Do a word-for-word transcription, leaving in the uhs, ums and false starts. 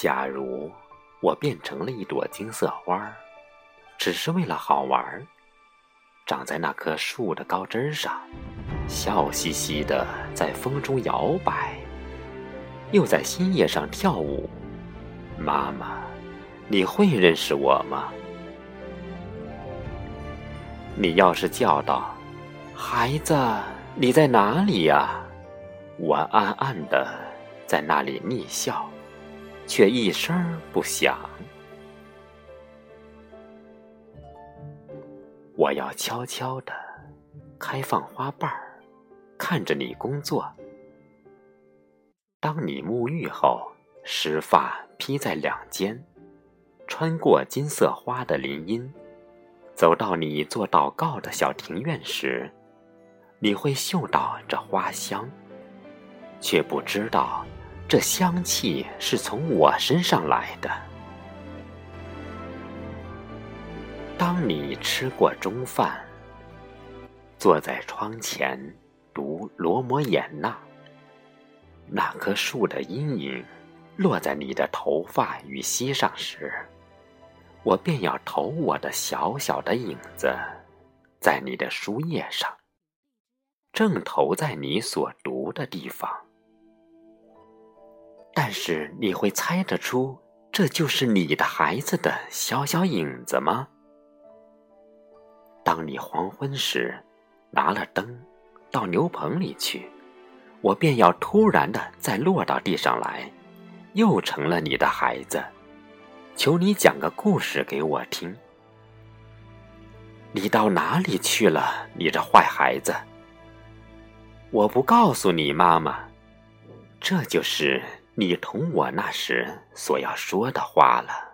假如我变成了一朵金色花，只是为了好玩，长在那棵树的高枝上，笑嘻嘻地在风中摇摆，又在新叶上跳舞，妈妈，你会认识我吗？你要是叫道，孩子，你在哪里呀？我暗暗地在那里逆笑，却一声不响。我要悄悄地开放花瓣儿，看着你工作。当你沐浴后，湿发披在两肩，穿过金色花的林荫，走到你做祷告的小庭院时，你会嗅到这花香，却不知道这香气是从我身上来的。当你吃过中饭，坐在窗前读罗摩衍那，那棵树的阴影落在你的头发与膝上时，我便要投我的小小的影子在你的书页上，正投在你所读的地方。但是你会猜得出这就是你的孩子的小小影子吗？当你黄昏时拿了灯到牛棚里去，我便要突然的再落到地上来，又成了你的孩子，求你讲个故事给我听。你到哪里去了，你这坏孩子？我不告诉你妈妈，这就是你同我那时所要说的话了。